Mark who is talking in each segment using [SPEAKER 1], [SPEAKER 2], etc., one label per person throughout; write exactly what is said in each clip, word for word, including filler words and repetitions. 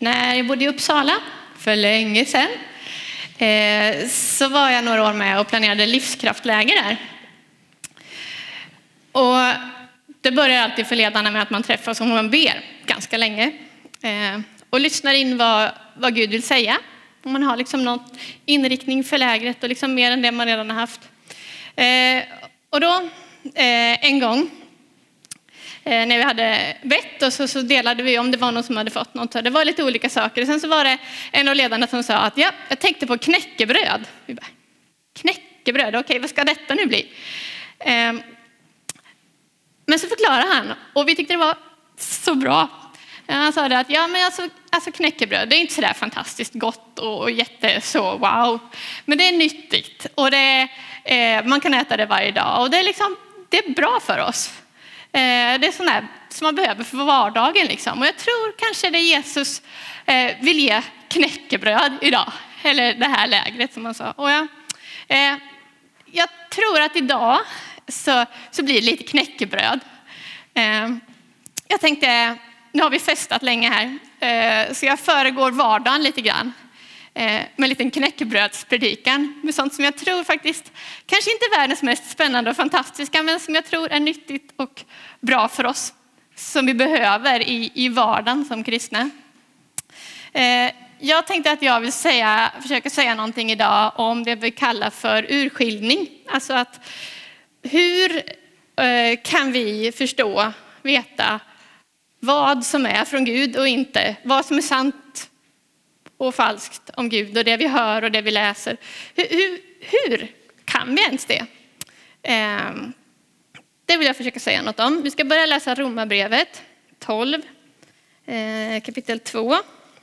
[SPEAKER 1] När jag bodde i Uppsala för länge sedan eh, så var jag några år med och planerade livskraftläger där. Och det börjar alltid för ledarna med att man träffas och man ber ganska länge. Eh, och lyssnar in vad, vad Gud vill säga. Om man har liksom någon inriktning för lägret och liksom mer än det man redan har haft. Eh, och då eh, en gång eh, när vi hade bett och så, så delade vi om det var någon som hade fått något. Det var lite olika saker. Sen så var det en av ledarna som sa att ja, jag tänkte på knäckebröd. Vi bara, knäckebröd, okej, vad ska detta nu bli? Eh, men så förklarade han och vi tyckte det var så bra. Han sa det att ja, men alltså, alltså knäckebröd, det är inte så där fantastiskt gott och jätte så wow. Men det är nyttigt och det är, eh, man kan äta det varje dag. Och det är, liksom, det är bra för oss. Eh, det är sånt där som man behöver för vardagen. Liksom. Och jag tror kanske det Jesus eh, vill ge knäckebröd idag. Eller det här lägret som man sa. Och jag, eh, jag tror att idag så, så blir det lite knäckebröd. Eh, jag tänkte... Nu har vi festat länge här, så jag föregår vardagen lite grann med en liten knäckebrödspredikan. Med sånt som jag tror faktiskt, kanske inte världens mest spännande och fantastiska, men som jag tror är nyttigt och bra för oss. Som vi behöver i, i vardagen som kristna. Jag tänkte att jag vill säga, försöka säga någonting idag om det vi kallar för urskiljning. Alltså att hur kan vi förstå, veta, vad som är från Gud och inte. Vad som är sant och falskt om Gud och det vi hör och det vi läser. Hur, hur, hur kan vi ens det? Eh, det vill jag försöka säga något om. Vi ska börja läsa Romarbrevet tolv, eh, kapitel två.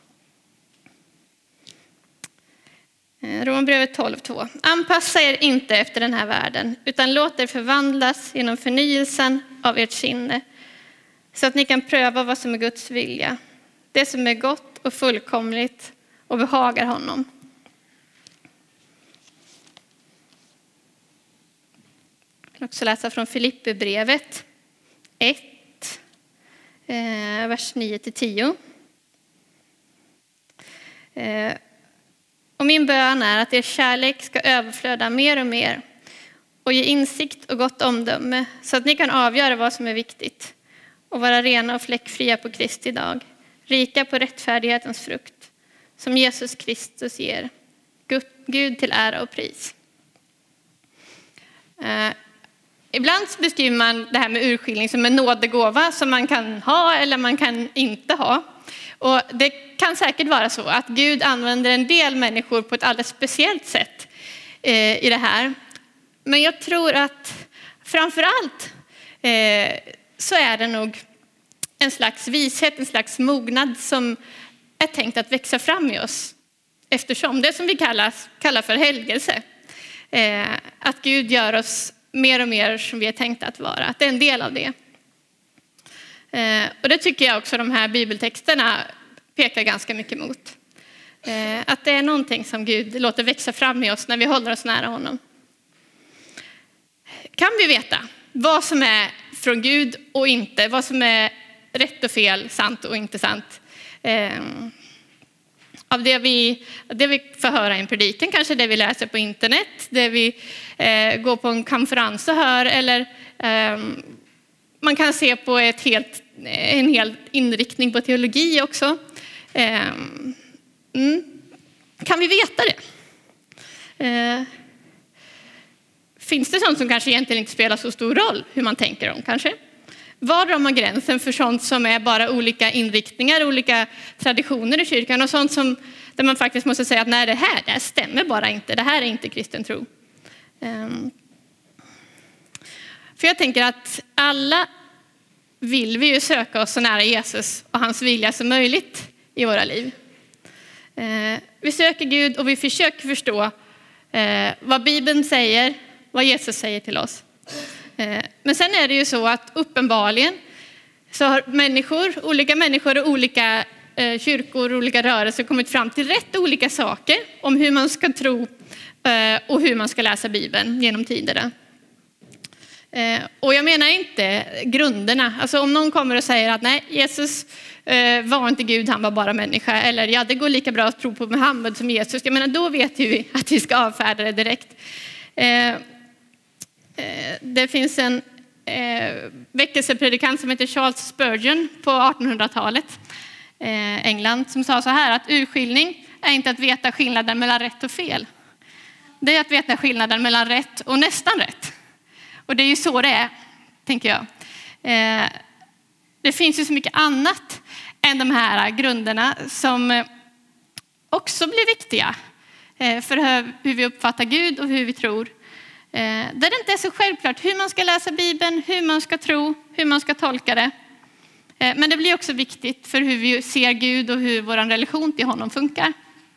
[SPEAKER 1] Eh, Romarbrevet tolv, två. Anpassa er inte efter den här världen utan låt er förvandlas genom förnyelsen av ert sinne. Så att ni kan pröva vad som är Guds vilja. Det som är gott och fullkomligt och behagar honom. Jag kan också läsa från Filipperbrevet ett, eh, vers nio till tio. Eh, och min bön är att er kärlek ska överflöda mer och mer. Och ge insikt och gott omdöme. Så att ni kan avgöra vad som är viktigt. Och vara rena och fläckfria på Kristi dag. Rika på rättfärdighetens frukt. Som Jesus Kristus ger. Gud till ära och pris. Eh, ibland beskriver man det här med urskiljning som en nådegåva. Som man kan ha eller man kan inte ha. Och det kan säkert vara så att Gud använder en del människor på ett alldeles speciellt sätt eh, i det här. Men jag tror att framförallt eh, så är det nog en slags vishet, en slags mognad som är tänkt att växa fram i oss. Eftersom det som vi kallar, kallar för helgelse. Eh, att Gud gör oss mer och mer som vi är tänkta att vara. Att det är en del av det. Eh, och det tycker jag också de här bibeltexterna pekar ganska mycket mot. Eh, att det är någonting som Gud låter växa fram i oss när vi håller oss nära honom. Kan vi veta vad som är från Gud och inte. Vad som är rätt och fel, sant och inte sant. Eh, av det vi, det vi får höra i en predikan, kanske det vi läser på internet. Det vi eh, går på en konferens och hör. Eller eh, man kan se på ett helt, en hel inriktning på teologi också. Eh, mm. Kan vi veta det? Eh, Finns det sånt som kanske egentligen inte spelar så stor roll hur man tänker om kanske? Var drar man gränsen för sånt som är bara olika inriktningar, olika traditioner i kyrkan och sånt som där man faktiskt måste säga att nej, det här, det här stämmer bara inte. Det här är inte kristen tro. Um, för jag tänker att alla vill vi ju söka oss så nära Jesus och hans vilja som möjligt i våra liv. Uh, vi söker Gud och vi försöker förstå uh, vad Bibeln säger, vad Jesus säger till oss. Men sen är det ju så att uppenbarligen så har människor, olika människor och olika kyrkor och olika rörelser kommit fram till rätt olika saker om hur man ska tro och hur man ska läsa Bibeln genom tiderna. Eh, och jag menar inte grunderna. Alltså om någon kommer och säger att nej, Jesus eh, var inte Gud, han var bara människa. Eller ja, det går lika bra att tro på Muhammed som Jesus. Jag menar, då vet vi att vi ska avfärda det direkt. Eh, eh, det finns en eh, väckelsepredikant som heter Charles Spurgeon på artonhundratalet. Eh, England, som sa så här att urskiljning är inte att veta skillnaden mellan rätt och fel. Det är att veta skillnaden mellan rätt och nästan rätt. Och det är ju så det är, tänker jag. Eh, det finns ju så mycket annat än de här grunderna som också blir viktiga eh, för hur vi uppfattar Gud och hur vi tror. Eh, där det inte är så självklart hur man ska läsa Bibeln, hur man ska tro, hur man ska tolka det. Eh, men det blir också viktigt för hur vi ser Gud och hur vår relation till honom funkar.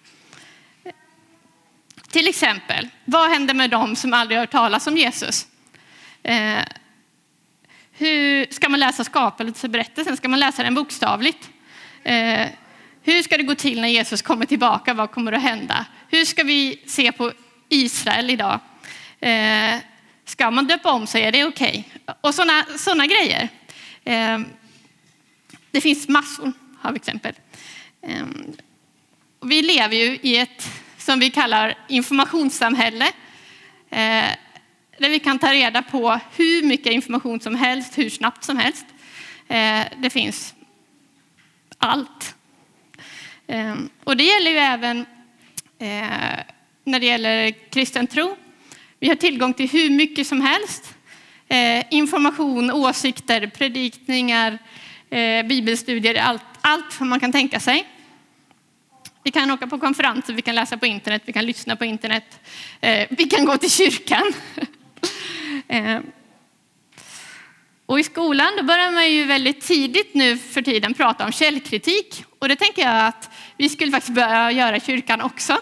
[SPEAKER 1] Till exempel, vad händer med dem som aldrig har hört talas om Jesus? Eh, hur ska man läsa skapelseberättelsen? Ska man läsa den bokstavligt? Eh, hur ska det gå till när Jesus kommer tillbaka? Vad kommer att hända? Hur ska vi se på Israel idag? Eh, ska man döpa om sig? Är det okej? Okay? Och sådana såna grejer. Eh, det finns massor av exempel. Eh, vi lever ju i ett som vi kallar informationssamhälle. Eh, där vi kan ta reda på hur mycket information som helst, hur snabbt som helst. Eh, det finns allt. Eh, och det gäller ju även eh, när det gäller kristen tro. Vi har tillgång till hur mycket som helst. Eh, information, åsikter, predikningar, eh, bibelstudier, allt, allt som man kan tänka sig. Vi kan åka på konferenser, vi kan läsa på internet, vi kan lyssna på internet. Eh, vi kan gå till kyrkan. eh. Och i skolan då börjar man ju väldigt tidigt nu för tiden prata om källkritik. Och det tänker jag att vi skulle faktiskt börja göra i kyrkan också.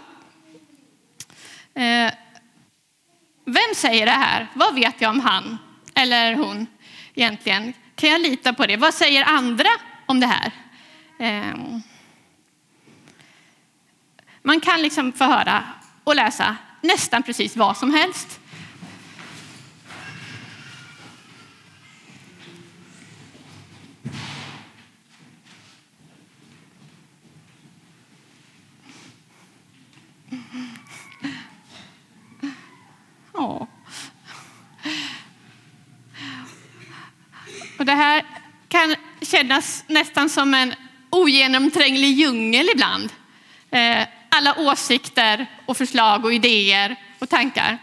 [SPEAKER 1] Eh. Vem säger det här? Vad vet jag om han eller hon egentligen? Kan jag lita på det? Vad säger andra om det här? Eh. Man kan liksom få höra och läsa nästan precis vad som helst. Ja. Och det här kan kännas nästan som en ogenomtränglig djungel ibland. Eh, alla åsikter och förslag och idéer och tankar.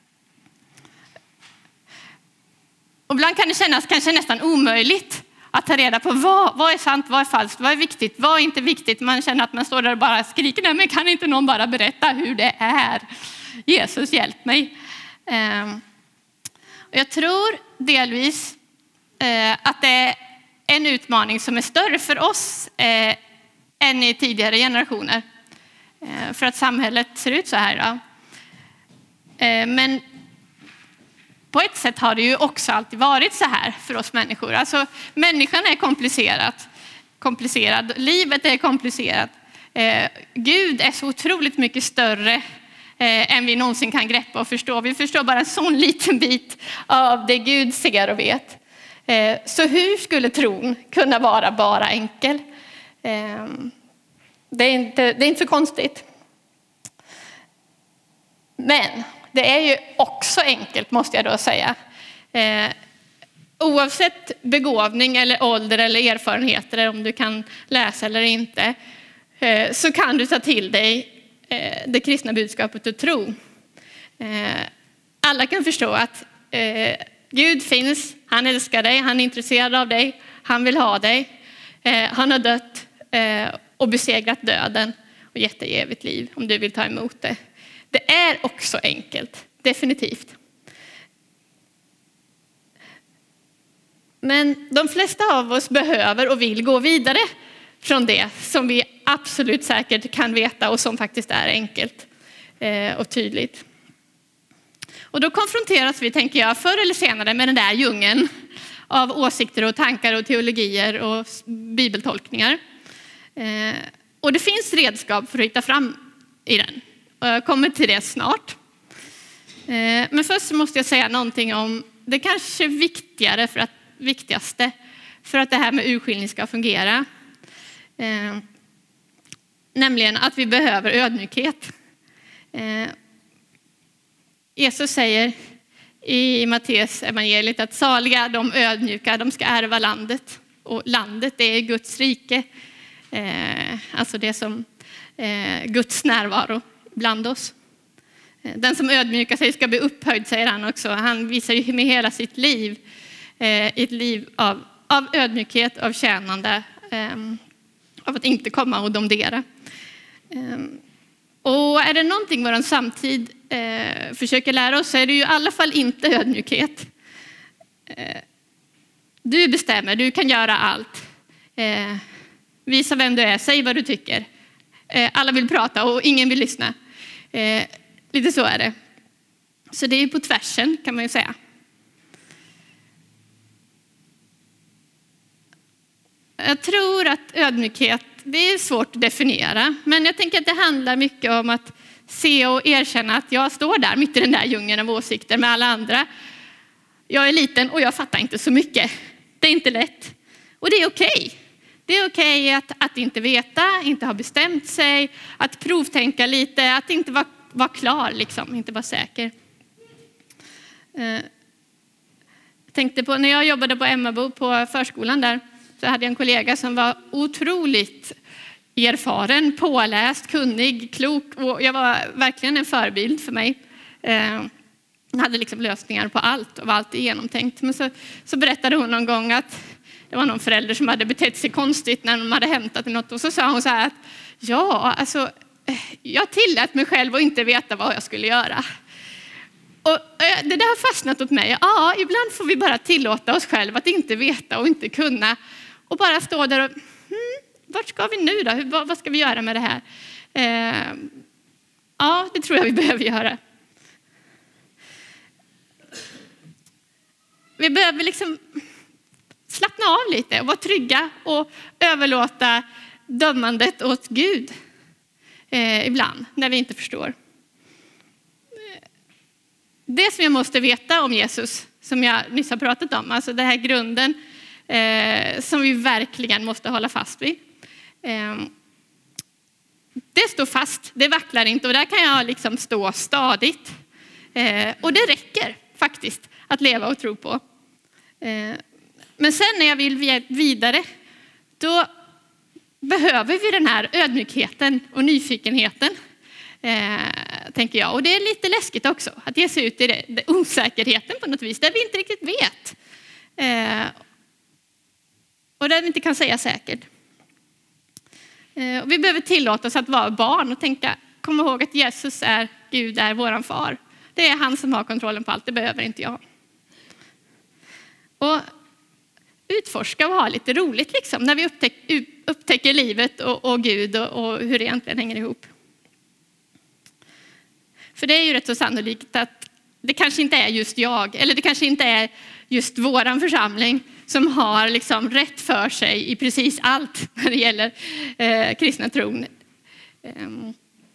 [SPEAKER 1] Och ibland kan det kännas kanske nästan omöjligt att ta reda på vad, vad är sant, vad är falskt, vad är viktigt, vad är inte viktigt. Man känner att man står där och bara skriker, nej men kan inte någon bara berätta hur det är? Jesus, hjälp mig. Eh, och jag tror delvis eh, att det är en utmaning som är större för oss eh, än i tidigare generationer. För att samhället ser ut så här. Då. Men på ett sätt har det ju också alltid varit så här för oss människor. Alltså människan är komplicerad. komplicerad. Livet är komplicerat. Gud är så otroligt mycket större än vi någonsin kan greppa och förstå. Vi förstår bara en sån liten bit av det Gud ser och vet. Så hur skulle tron kunna vara bara enkel? Det är, inte, det är inte så konstigt. Men det är ju också enkelt, måste jag då säga. Eh, oavsett begåvning eller ålder eller erfarenheter, om du kan läsa eller inte, eh, så kan du ta till dig eh, det kristna budskapet och tro. Eh, alla kan förstå att eh, Gud finns, han älskar dig, han är intresserad av dig, han vill ha dig. Eh, han har dött eh, och besegrat döden och gett dig evigt liv om du vill ta emot det. Det är också enkelt, definitivt. Men de flesta av oss behöver och vill gå vidare från det som vi absolut säkert kan veta och som faktiskt är enkelt och tydligt. Och då konfronteras vi, tänker jag, förr eller senare med den där djungeln av åsikter och tankar och teologier och bibeltolkningar. Och det finns redskap för att hitta fram i den. Och jag kommer till det snart. Men först måste jag säga någonting om det kanske är viktigare för att, viktigaste för att det här med urskiljning ska fungera. Eh, nämligen att vi behöver ödmjukhet. Eh, Jesus säger i Matteus evangeliet att saliga de ödmjuka, de ska ärva landet. Och landet, det är Guds rike. Eh, alltså det som eh, Guds närvaro bland oss. Den som ödmjukar sig ska bli upphöjd, säger han också. Han visar ju med hela sitt liv eh, ett liv av, av ödmjukhet, av tjänande, eh, av att inte komma och domdera. Eh, och är det någonting vår samtid eh, försöker lära oss så är det ju i alla fall inte ödmjukhet. Eh, du bestämmer, du kan göra allt. Eh, visa vem du är, säg vad du tycker. Eh, alla vill prata och ingen vill lyssna. Eh, Lite så är det. Så det är på tvärsen kan man ju säga. Jag tror att ödmjukhet, det är svårt att definiera. Men jag tänker att det handlar mycket om att se och erkänna att jag står där mitt i den där djungeln av åsikter med alla andra. Jag är liten och jag fattar inte så mycket. Det är inte lätt. Och det är okej. Det är okej att, att inte veta, inte ha bestämt sig, att provtänka lite, att inte vara var klar, liksom, inte vara säker. Jag tänkte på, när jag jobbade på Emmabo på förskolan där, så hade jag en kollega som var otroligt erfaren, påläst, kunnig, klok. Och jag var verkligen en förebild för mig. Jag hade liksom lösningar på allt och var alltid genomtänkt. Men så, så berättade hon någon gång att det var någon förälder som hade betett sig konstigt när de hade hämtat något. Och så sa hon så här att ja, alltså jag tillät mig själv att inte veta vad jag skulle göra. Och det där har fastnat åt mig. Ja, ibland får vi bara tillåta oss själva att inte veta och inte kunna. Och bara stå där och, hmm, vart ska vi nu då? Hur, vad ska vi göra med det här? Eh, ja, det tror jag vi behöver göra. Vi behöver liksom slappna av lite och vara trygga och överlåta dömandet åt Gud. Eh, ibland när vi inte förstår. Det som jag måste veta om Jesus, som jag nyss har pratat om, alltså den här grunden eh, som vi verkligen måste hålla fast vid. Eh, det står fast, det vacklar inte och där kan jag liksom stå stadigt. Eh, och det räcker faktiskt att leva och tro på. Eh, men sen när jag vill vidare, då behöver vi den här ödmjukheten och nyfikenheten, eh, tänker jag. Och det är lite läskigt också, att ge sig ut i det, det osäkerheten på något vis, där vi inte riktigt vet. Eh, och där vi inte kan säga säkert. Eh, och vi behöver tillåta oss att vara barn och tänka, kom ihåg att Jesus är, Gud är våran far. Det är han som har kontrollen på allt, det behöver inte jag. Och utforska och ha lite roligt liksom, när vi upptäcker, upptäcker livet och, och Gud och, och hur det egentligen hänger ihop. För det är ju rätt så sannolikt att det kanske inte är just jag, eller det kanske inte är just våran församling som har liksom rätt för sig i precis allt när det gäller eh, kristna tron. Mm,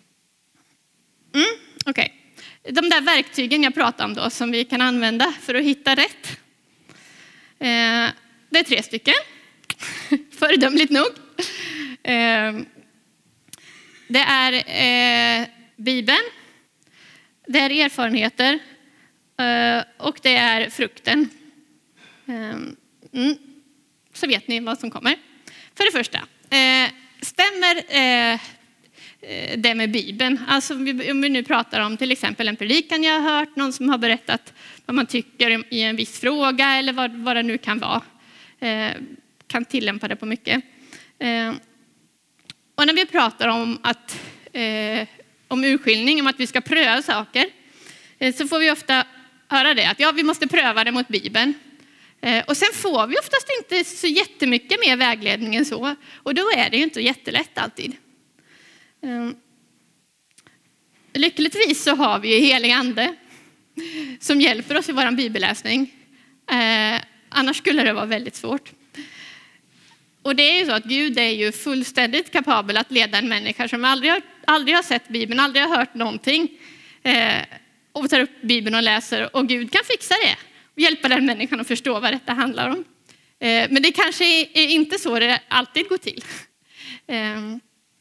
[SPEAKER 1] Okej. Okay. De där verktygen jag pratade om då som vi kan använda för att hitta rätt. Eh, det är tre stycken. Föredömligt nog. Eh, det är eh, Bibeln. Det är erfarenheter. Eh, och det är frukten. Eh, mm, så vet ni vad som kommer. För det första. Eh, stämmer eh, det med Bibeln? Alltså om vi nu pratar om till exempel en predikan jag har hört. Någon som har berättat vad man tycker i en viss fråga. Eller vad, vad det nu kan vara. Eh, kan tillämpa det på mycket. Eh, och när vi pratar om att eh, om urskiljning, om att vi ska pröva saker, eh, så får vi ofta höra det att ja, vi måste pröva det mot Bibeln. Eh, och sen får vi oftast inte så jättemycket mer vägledning än så. Och då är det ju inte jättelätt alltid. Eh, lyckligtvis så har vi helig ande som hjälper oss i vår bibelläsning. Eh, annars skulle det vara väldigt svårt. Och det är ju så att Gud är ju fullständigt kapabel att leda en människa som aldrig har, aldrig har sett Bibeln, aldrig har hört någonting. Eh, och tar upp Bibeln och läser. Och Gud kan fixa det. och hjälpa den människan att förstå vad detta handlar om. Eh, men det kanske är inte så det alltid går till. Eh,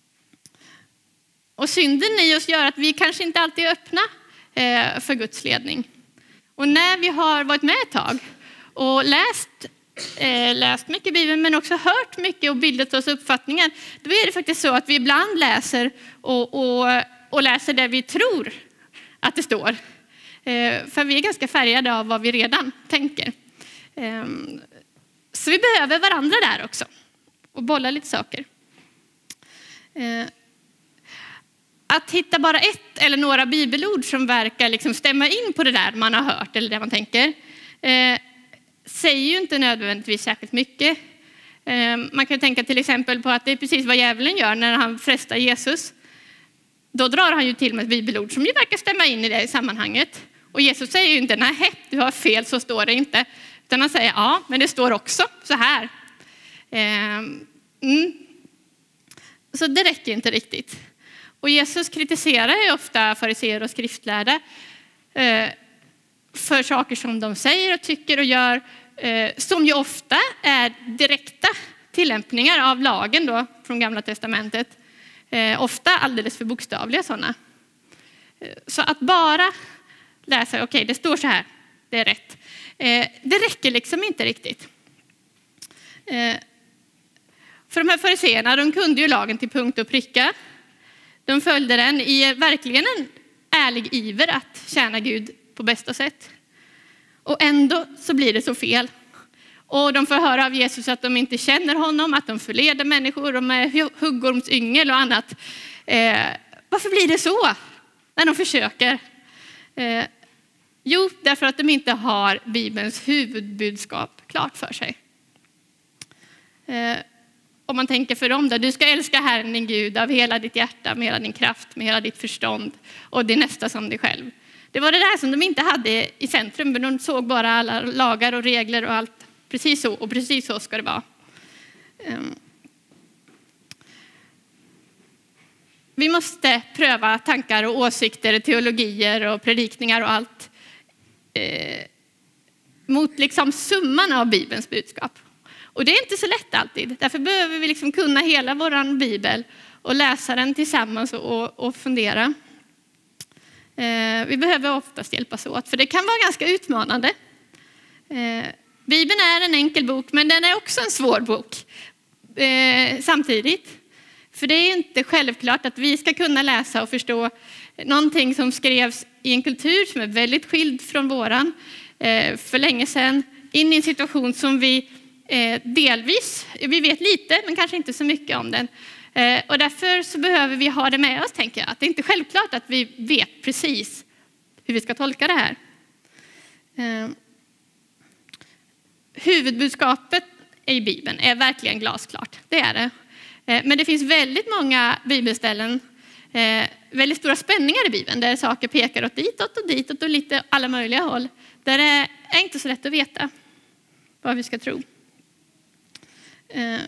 [SPEAKER 1] och synden i oss gör att vi kanske inte alltid är öppna eh, för Guds ledning. Och när vi har varit med ett tag och läst, eh, läst mycket i Bibeln men också hört mycket och bildat oss uppfattningar, då är det faktiskt så att vi ibland läser och, och, och läser det vi tror att det står. Eh, för vi är ganska färgade av vad vi redan tänker. Eh, så vi behöver varandra där också och bolla lite saker. Eh, Att hitta bara ett eller några bibelord som verkar liksom stämma in på det där man har hört eller det man tänker eh, säger ju inte nödvändigtvis särskilt mycket. Eh, man kan tänka till exempel på att det är precis vad djävulen gör när han frestar Jesus. Då drar han ju till med ett bibelord som ju verkar stämma in i det sammanhanget. Och Jesus säger ju inte, nej du har fel, så står det inte. Utan han säger, ja men det står också så här. Eh, mm. Så det räcker inte riktigt. Och Jesus kritiserar ju ofta fariseer och skriftlärda eh, för saker som de säger och tycker och gör, eh, som ju ofta är direkta tillämpningar av lagen då, från Gamla testamentet. Eh, ofta alldeles för bokstavliga sådana. Eh, så att bara läsa, okej okay, det står så här, det är rätt. Eh, det räcker liksom inte riktigt. Eh, för de här fariseerna, de kunde ju lagen till punkt och pricka. De följde den i verkligen en ärlig iver att tjäna Gud på bästa sätt. Och ändå så blir det så fel. Och de får höra av Jesus att de inte känner honom, att de förleder människor, de är huggormsyngel och annat. Eh, varför blir det så när de försöker? Eh, jo, därför att de inte har Bibelns huvudbudskap klart för sig. Eh, Om man tänker för dem där, du ska älska Herren din Gud av hela ditt hjärta, med hela din kraft, med hela ditt förstånd och det nästa som dig själv. Det var det där som de inte hade i centrum, men de såg bara alla lagar och regler och allt. Precis så, och precis så ska det vara. Um. Vi måste pröva tankar och åsikter, teologier och predikningar och allt eh, mot liksom summan av Bibelns budskap. Och det är inte så lätt alltid. Därför behöver vi liksom kunna hela vår bibel och läsa den tillsammans och, och fundera. Eh, vi behöver oftast hjälpas åt, för det kan vara ganska utmanande. Eh, Bibeln är en enkel bok, men den är också en svår bok eh, samtidigt. För det är inte självklart att vi ska kunna läsa och förstå någonting som skrevs i en kultur som är väldigt skild från våran eh, för länge sedan, in i en situation som vi Eh, delvis, vi vet lite men kanske inte så mycket om den. Eh, och därför så behöver vi ha det med oss, tänker jag. Att det är inte självklart att vi vet precis hur vi ska tolka det här. Eh, huvudbudskapet i Bibeln är verkligen glasklart, det är det. Eh, men det finns väldigt många bibelställen, eh, väldigt stora spänningar i Bibeln, där saker pekar åt ditåt och ditåt och lite alla möjliga håll. Där det är inte så lätt att veta vad vi ska tro. Eh,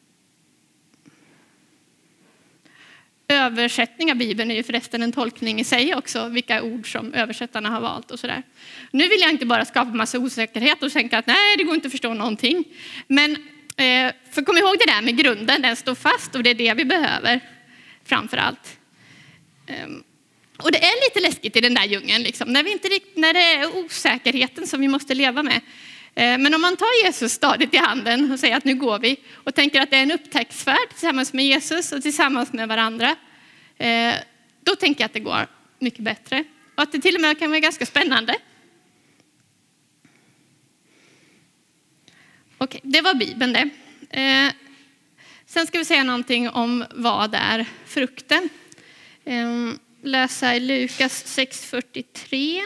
[SPEAKER 1] översättning av Bibeln är ju förresten en tolkning i sig också, vilka ord som översättarna har valt och sådär. Nu vill jag inte bara skapa massa osäkerhet och tänka att nej, det går inte att förstå någonting. Men eh, för kom ihåg det där med grunden, den står fast och det är det vi behöver framför allt. Eh, och det är lite läskigt i den där djungeln, liksom, när, vi inte, när det är osäkerheten som vi måste leva med. Men om man tar Jesus stadigt i handen och säger att nu går vi och tänker att det är en upptäcktsfärd tillsammans med Jesus och tillsammans med varandra, då tänker jag att det går mycket bättre. Och att det till och med kan vara ganska spännande. Okej, det var Bibeln det. Sen ska vi säga någonting om vad är frukten. Läsa i Lukas sex fyrtiotre.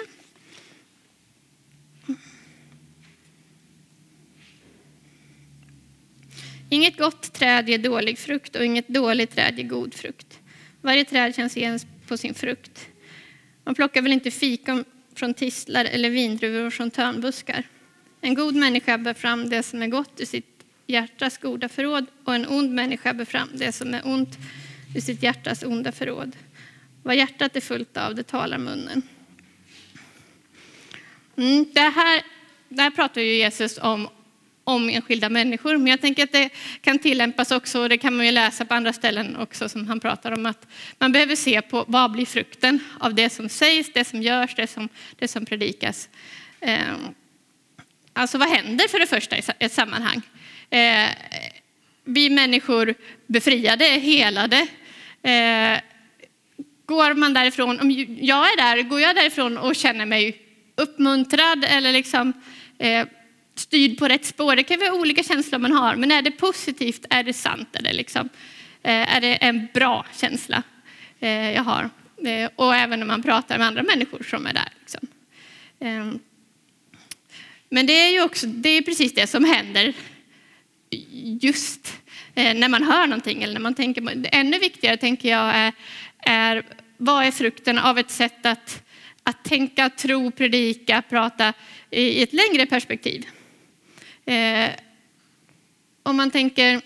[SPEAKER 1] Inget gott träd ger dålig frukt och inget dåligt träd ger god frukt. Varje träd känns igen på sin frukt. Man plockar väl inte fikon från tistlar eller vindruvor från törnbuskar. En god människa bär fram det som är gott ur sitt hjärtas goda förråd och en ond människa bär fram det som är ont ur sitt hjärtas onda förråd. Vad hjärtat är fullt av, det talar munnen. Mm, det här där pratar ju Jesus om, om enskilda människor. Men jag tänker att det kan tillämpas också, och det kan man ju läsa på andra ställen också, som han pratar om, att man behöver se på vad blir frukten av det som sägs, det som görs, det som, det som predikas. Eh, alltså vad händer för det första i ett sammanhang? Eh, vi människor befriade, helade. Eh, går man därifrån, om jag är där, går jag därifrån och känner mig uppmuntrad eller liksom eh, styrd på rätt spår? Det kan vara olika känslor man har, men är det positivt, är det sant, är det, liksom, eh, är det en bra känsla eh, jag har? Eh, och även när man pratar med andra människor som är där. Liksom. Eh, men det är ju också, det är precis det som händer just eh, när man hör någonting eller när man tänker på. Ännu viktigare tänker jag är, är vad är frukten av ett sätt att, att tänka, tro, predika, prata i, i ett längre perspektiv. Eh, om man tänker,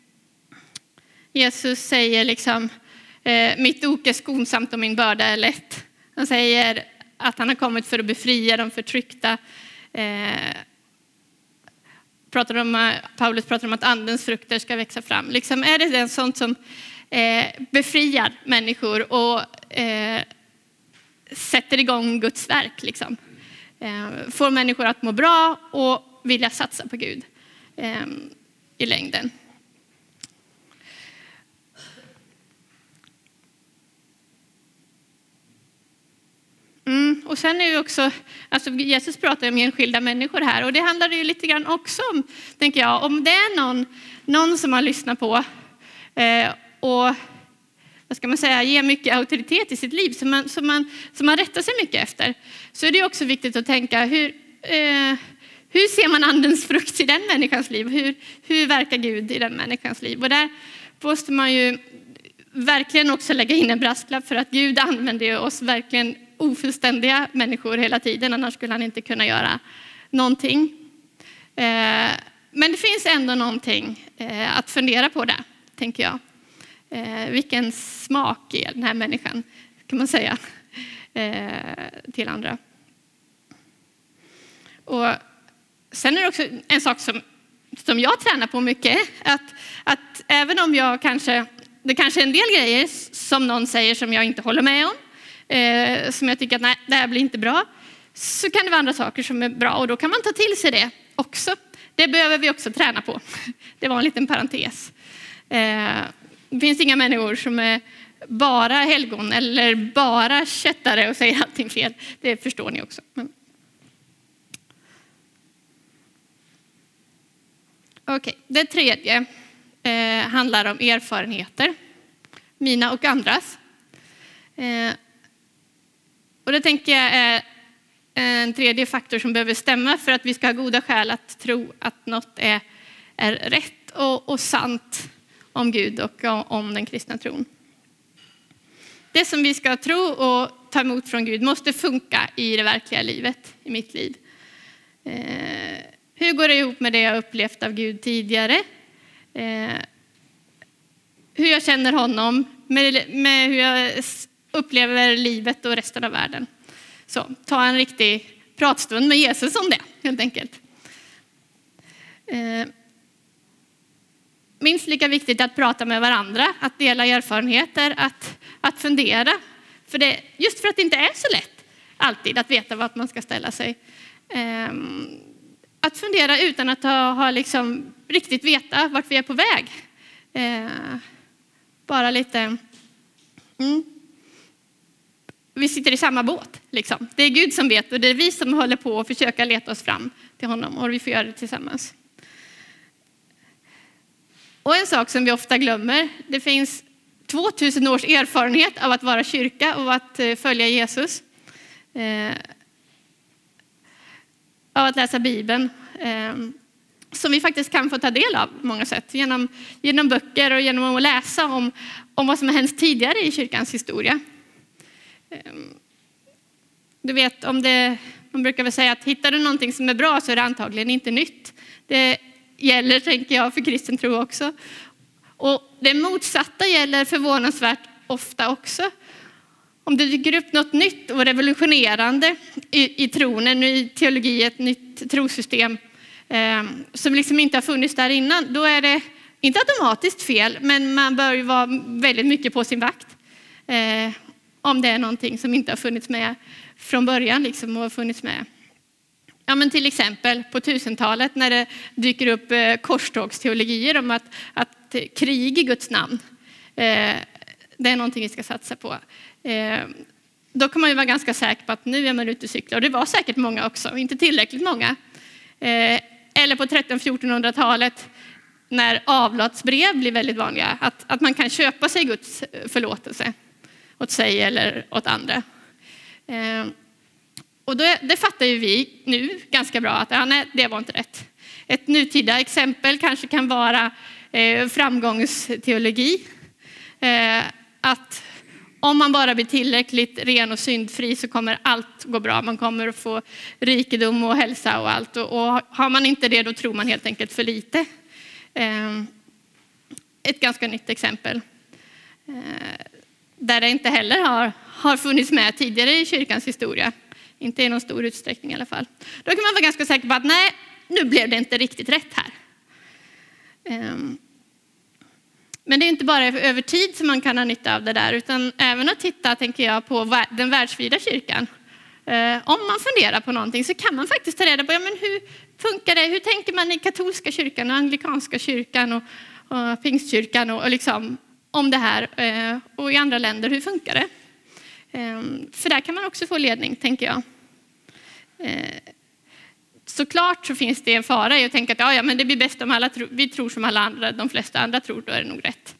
[SPEAKER 1] Jesus säger liksom, eh, mitt ok är skonsamt och min börda är lätt. Han säger att han har kommit för att befria de förtryckta. Eh, pratar om, Paulus pratar om att andens frukter ska växa fram. Liksom, är det en sånt som eh, befriar människor och eh, sätter igång Guds verk? Liksom. Eh, får människor att må bra och vilja satsa på Gud eh, i längden. Mm, och sen är ju också, alltså Jesus pratar om enskilda människor här, och det handlar ju lite grann också om, tänker jag, om det är någon, någon som man lyssnar på eh, och vad ska man säga, ger mycket auktoritet i sitt liv som man, som man, som man rättar sig mycket efter, så är det också viktigt att tänka hur, eh, hur ser man andens frukt i den människans liv? Hur, hur verkar Gud i den människans liv? Och där måste man ju verkligen också lägga in en brasklapp, för att Gud använder oss verkligen ofullständiga människor hela tiden, annars skulle han inte kunna göra någonting. Eh, men det finns ändå någonting eh, att fundera på där, tänker jag. Eh, vilken smak är den här människan, kan man säga, eh, till andra. Och sen är det också en sak som, som jag tränar på mycket, att, att även om jag kanske, det kanske är en del grejer som någon säger som jag inte håller med om, Eh, som jag tycker att nej, det här blir inte bra, så kan det vara andra saker som är bra, och då kan man ta till sig det också. Det behöver vi också träna på. Det var en liten parentes. Eh, det finns inga människor som är bara helgon eller bara kättare och säger allting fel. Det förstår ni också. Men... Okej, okay. Det tredje eh, handlar om erfarenheter. Mina och andras. Eh, Och det tänker jag är en tredje faktor som behöver stämma för att vi ska ha goda skäl att tro att något är, är rätt och, och sant om Gud och om den kristna tron. Det som vi ska tro och ta emot från Gud måste funka i det verkliga livet, i mitt liv. Eh, hur går det ihop med det jag upplevt av Gud tidigare? Eh, hur jag känner honom, med, med hur jag upplever livet och resten av världen. Så ta en riktig pratstund med Jesus om det, helt enkelt. Eh, minst lika viktigt att prata med varandra, att dela erfarenheter, att, att fundera. För det, just för att det inte är så lätt alltid att veta vart man ska ställa sig. Eh, att fundera utan att ha, ha liksom riktigt veta vart vi är på väg. Eh, bara lite... Mm. Vi sitter i samma båt. Liksom. Det är Gud som vet, och det är vi som håller på att försöka leta oss fram till honom. Och vi får göra det tillsammans. Och en sak som vi ofta glömmer. Det finns tvåtusen års erfarenhet av att vara kyrka och att följa Jesus. Eh, av att läsa Bibeln. Eh, som vi faktiskt kan få ta del av på många sätt. Genom, genom böcker och genom att läsa om, om vad som har hänt tidigare i kyrkans historia. Du vet, om det, man brukar väl säga att hittar du någonting som är bra så är det antagligen inte nytt. Det gäller, tänker jag, för kristen tro också. Och det motsatta gäller förvånansvärt ofta också. om det dyker upp något nytt och revolutionerande i, i tron, en ny teologi, ett nytt trosystem eh, som liksom inte har funnits där innan, då är det inte automatiskt fel, men man bör ju vara väldigt mycket på sin vakt. Eh, om det är någonting som inte har funnits med från början liksom, och har funnits med. Ja, men till exempel på tusentalet när det dyker upp eh, korstågsteologier om att, att krig i Guds namn, eh, det är någonting vi ska satsa på. Eh, då kan man ju vara ganska säker på att nu är man ute och cyklar. Och det var säkert många också, inte tillräckligt många. Eh, eller på tretton-fjortonhundratalet när avlatsbrev blir väldigt vanliga. Att, att man kan köpa sig Guds förlåtelse åt sig eller åt andra. Eh, och då, det fattar ju vi nu ganska bra att ja, nej, det var inte rätt. Ett nutida exempel kanske kan vara eh, framgångsteologi. Eh, att om man bara blir tillräckligt ren och syndfri så kommer allt gå bra. Man kommer att få rikedom och hälsa och allt. Och, och har man inte det, då tror man helt enkelt för lite. Eh, ett ganska nytt exempel. Eh, där det inte heller har, har funnits med tidigare i kyrkans historia. Inte i någon stor utsträckning i alla fall. Då kan man vara ganska säker på att nej, nu blev det inte riktigt rätt här. Eh, Men det är inte bara över tid som man kan ha nytta av det där, utan även att titta, tänker jag, på den världsvida kyrkan. Eh, om man funderar på någonting så kan man faktiskt ta reda på ja, men hur funkar det? Hur tänker man i katolska kyrkan och anglikanska kyrkan och, och pingstkyrkan och, och liksom om det här eh, och i andra länder, hur funkar det? Eh, för där kan man också få ledning, tänker jag. Eh, Såklart så finns det en fara i att tänka att ja, ja, men det blir bäst om alla tro, vi tror som alla andra, de flesta andra tror, då är det nog rätt.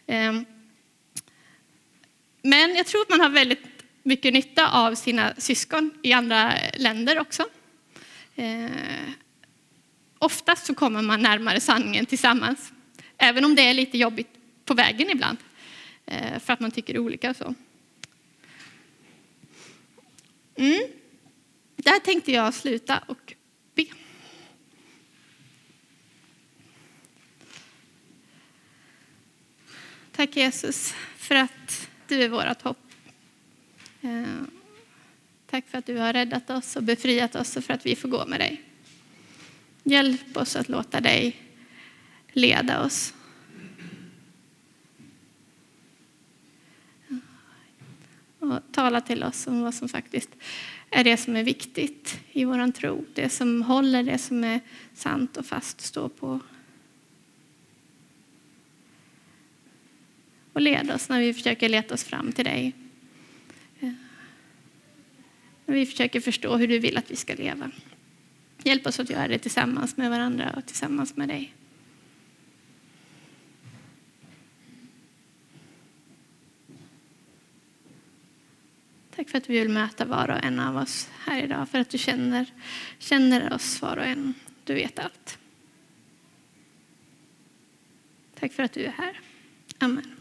[SPEAKER 1] Men jag tror att man har väldigt mycket nytta av sina syskon i andra länder också. Oftast så kommer man närmare sanningen tillsammans, även om det är lite jobbigt på vägen ibland, för att man tycker olika och så. Mm. Där tänkte jag sluta och be. Tack Jesus för att du är vårt hopp. Tack för att du har räddat oss och befriat oss och för att vi får gå med dig. Hjälp oss att låta dig leda oss. Och tala till oss om vad som faktiskt är det som är viktigt i våran tro. Det som håller, det som är sant och fast att stå på. Och led oss när vi försöker leta oss fram till dig. När vi försöker förstå hur du vill att vi ska leva. Hjälp oss att göra det tillsammans med varandra och tillsammans med dig. Tack för att vi vill möta var och en av oss här idag. För att du känner, känner oss var och en. Du vet allt. Tack för att du är här. Amen.